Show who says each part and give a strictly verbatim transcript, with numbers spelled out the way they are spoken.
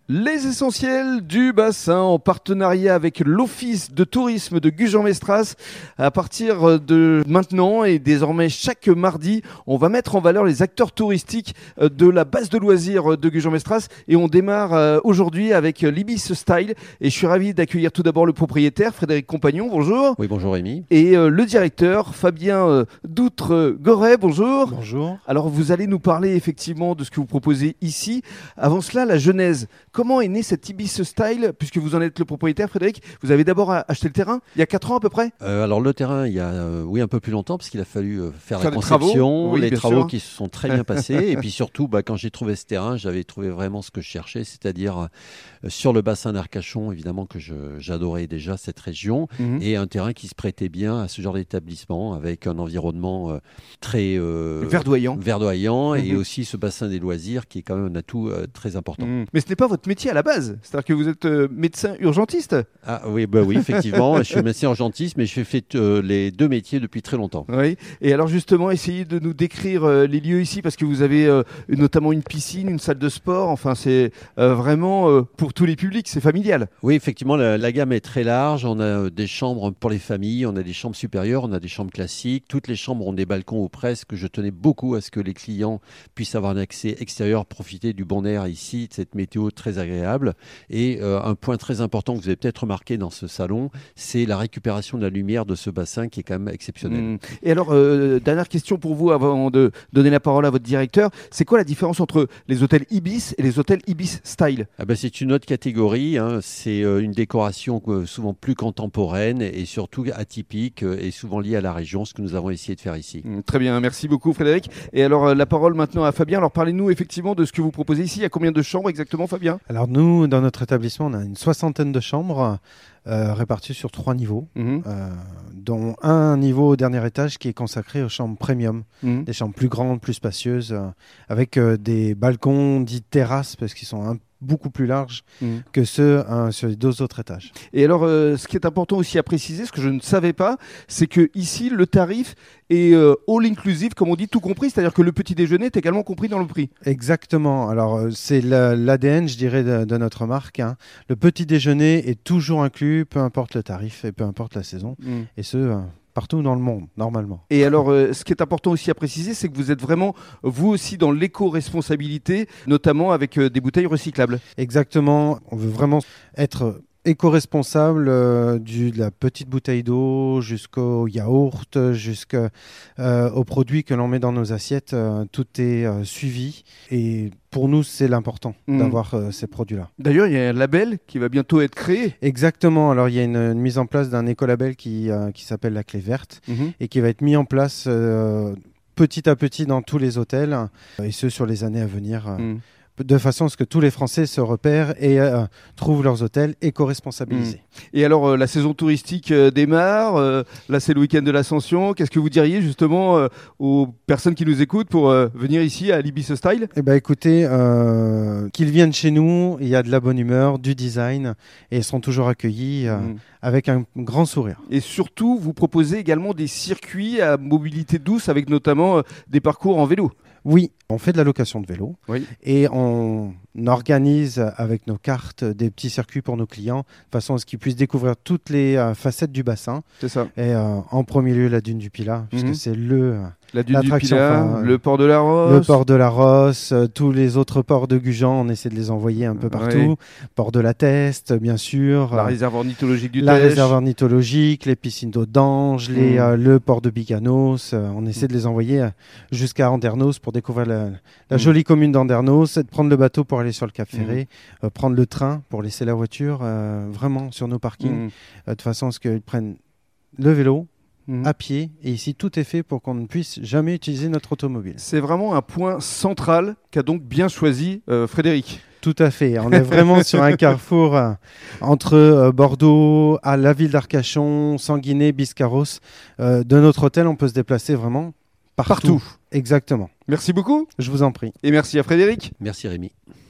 Speaker 1: Les essentiels du bassin en partenariat avec l'Office de tourisme de Gujan-Mestras. À partir de maintenant et désormais chaque mardi, on va mettre en valeur les acteurs touristiques de la base de loisirs de Gujan-Mestras et on démarre aujourd'hui avec l'Ibis Style et je suis ravi d'accueillir tout d'abord le propriétaire Frédéric Compagnon, bonjour.
Speaker 2: Oui, bonjour Rémi.
Speaker 1: Et euh, le directeur Fabien euh, Doutre-Goret, bonjour.
Speaker 3: Bonjour.
Speaker 1: Alors vous allez nous parler effectivement de ce que vous proposez ici. Avant cela, la genèse. Comment est né cet Ibis Style, puisque vous en êtes le propriétaire, Frédéric? Vous avez d'abord acheté le terrain il y a quatre ans à peu près?
Speaker 2: euh, Alors le terrain, il y a euh, oui un peu plus longtemps, parce qu'il a fallu euh, faire,
Speaker 1: faire
Speaker 2: la conception,
Speaker 1: travaux, oui,
Speaker 2: les travaux
Speaker 1: sûr.
Speaker 2: qui se sont très bien passés. Et puis surtout, bah, quand j'ai trouvé ce terrain, j'avais trouvé vraiment ce que je cherchais, c'est-à-dire euh, sur le bassin d'Arcachon, évidemment que je, j'adorais déjà cette région,
Speaker 1: Mm-hmm.
Speaker 2: et un terrain qui se prêtait bien à ce genre d'établissement, avec un environnement euh, très euh,
Speaker 1: verdoyant,
Speaker 2: verdoyant
Speaker 1: Mm-hmm.
Speaker 2: et aussi ce bassin des loisirs qui est quand même un atout euh, très important.
Speaker 1: Mm. Mais ce n'est pas votre métier à la base, c'est-à-dire que vous êtes euh, médecin urgentiste.
Speaker 2: Ah oui, bah oui, effectivement, je suis médecin urgentiste, mais je fais euh, les deux métiers depuis très longtemps.
Speaker 1: Oui. Et alors justement, essayez de nous décrire euh, les lieux ici, parce que vous avez euh, notamment une piscine, une salle de sport. Enfin, c'est euh, vraiment euh, pour tous les publics, c'est familial.
Speaker 2: Oui, effectivement, la, la gamme est très large. On a euh, des chambres pour les familles, on a des chambres supérieures, on a des chambres classiques. Toutes les chambres ont des balcons ou presque. Je tenais beaucoup à ce que les clients puissent avoir un accès extérieur, profiter du bon air ici, de cette météo très agréable. Et euh, un point très important que vous avez peut-être remarqué dans ce salon, c'est la récupération de la lumière de ce bassin qui est quand même exceptionnel.
Speaker 1: Mmh. Et alors, euh, dernière question pour vous avant de donner la parole à votre directeur. C'est quoi la différence entre les hôtels Ibis et les hôtels Ibis Style?
Speaker 2: Ah ben, c'est une autre catégorie, hein. C'est euh, une décoration euh, souvent plus contemporaine et surtout atypique euh, et souvent liée à la région, ce que nous avons essayé de faire ici.
Speaker 1: Mmh, très bien, merci beaucoup Frédéric. Et alors, euh, la parole maintenant à Fabien. Alors, parlez-nous effectivement de ce que vous proposez ici. Il y a combien de chambres exactement, Fabien?
Speaker 3: Alors nous, dans notre établissement, on a une soixantaine de chambres euh, réparties sur trois niveaux,
Speaker 1: Mmh.
Speaker 3: euh, dont un niveau au dernier étage qui est consacré aux chambres premium,
Speaker 1: Mmh.
Speaker 3: des chambres plus grandes, plus spacieuses, euh, avec euh, des balcons dits terrasses, parce qu'ils sont un beaucoup plus larges
Speaker 1: Mmh.
Speaker 3: que ceux hein, sur les deux autres étages.
Speaker 1: Et alors, euh, ce qui est important aussi à préciser, ce que je ne savais pas, c'est que ici le tarif est euh, all inclusive, comme on dit, tout compris, c'est-à-dire que le petit déjeuner est également compris dans le prix.
Speaker 3: Exactement. Alors euh, c'est la- l'A D N, je dirais, de, de notre marque, hein. Le petit déjeuner est toujours inclus, peu importe le tarif et peu importe la saison,
Speaker 1: Mmh.
Speaker 3: et ce euh, partout dans le monde, normalement.
Speaker 1: Et alors, euh, ce qui est important aussi à préciser, c'est que vous êtes vraiment, vous aussi, dans l'éco-responsabilité, notamment avec euh, des bouteilles recyclables.
Speaker 3: Exactement. On veut vraiment être éco-responsable euh, du, de la petite bouteille d'eau jusqu'au yaourt, jusqu'aux euh, produits que l'on met dans nos assiettes. Euh, tout est euh, suivi. Et pour nous, c'est l'important
Speaker 1: Mmh.
Speaker 3: d'avoir euh, ces produits-là.
Speaker 1: D'ailleurs, il y a un label qui va bientôt être créé.
Speaker 3: Exactement. Alors, il y a une, une mise en place d'un écolabel qui, euh, qui s'appelle la Clé Verte
Speaker 1: Mmh.
Speaker 3: et qui va être mis en place euh, petit à petit dans tous les hôtels, euh, et ce sur les années à venir. euh,
Speaker 1: Mmh.
Speaker 3: de façon à ce que tous les Français se repèrent et euh, trouvent leurs hôtels éco-responsabilisés.
Speaker 1: Et alors, euh, la saison touristique euh, démarre. Euh, là, c'est le week-end de l'Ascension. Qu'est-ce que vous diriez justement euh, aux personnes qui nous écoutent pour euh, venir ici à l'Ibis Style?
Speaker 3: Eh ben, écoutez, euh, qu'ils viennent chez nous, il y a de la bonne humeur, du design, et ils seront toujours accueillis euh,
Speaker 1: Mmh.
Speaker 3: avec un grand sourire.
Speaker 1: Et surtout, vous proposez également des circuits à mobilité douce avec notamment euh, des parcours en vélo.
Speaker 3: Oui, on fait de la location de vélo
Speaker 1: Oui.
Speaker 3: et on organise avec nos cartes des petits circuits pour nos clients, de façon à ce qu'ils puissent découvrir toutes les euh, facettes du bassin.
Speaker 1: C'est ça.
Speaker 3: Et euh, en premier lieu, la dune du Pilat, puisque
Speaker 1: Mhm.
Speaker 3: c'est le...
Speaker 1: La dune du
Speaker 3: L'attraction,
Speaker 1: Pilat,
Speaker 3: enfin,
Speaker 1: le port de la Rosse.
Speaker 3: Le port de la Rosse, euh, tous les autres ports de Gujan, on essaie de les envoyer un peu partout.
Speaker 1: Oui.
Speaker 3: Port de la Teste, bien sûr.
Speaker 1: La
Speaker 3: euh,
Speaker 1: réserve ornithologique du
Speaker 3: la
Speaker 1: Tèche.
Speaker 3: réserve ornithologique, les piscines d'eau d'Ange, les,
Speaker 1: Mm.
Speaker 3: euh, le port de Biganos. euh, on essaie de les envoyer euh, jusqu'à Andernos pour découvrir la, la
Speaker 1: Mm.
Speaker 3: jolie commune d'Andernos, et de prendre le bateau pour aller sur le Cap Ferré, euh, prendre le train pour laisser la voiture euh, vraiment sur nos parkings,
Speaker 1: Mm.
Speaker 3: euh, de façon à ce qu'ils prennent le vélo,
Speaker 1: Mm.
Speaker 3: à pied, et ici tout est fait pour qu'on ne puisse jamais utiliser notre automobile.
Speaker 1: C'est vraiment un point central qu'a donc bien choisi euh, Frédéric.
Speaker 3: Tout à fait, on est vraiment sur un carrefour euh, entre euh, Bordeaux, à la ville d'Arcachon, Sanguinet, Biscarrosse. Euh, de notre hôtel, on peut se déplacer vraiment partout.
Speaker 1: Partout.
Speaker 3: Exactement.
Speaker 1: Merci beaucoup
Speaker 3: Je vous en prie.
Speaker 1: et merci à Frédéric.
Speaker 2: Merci Rémi.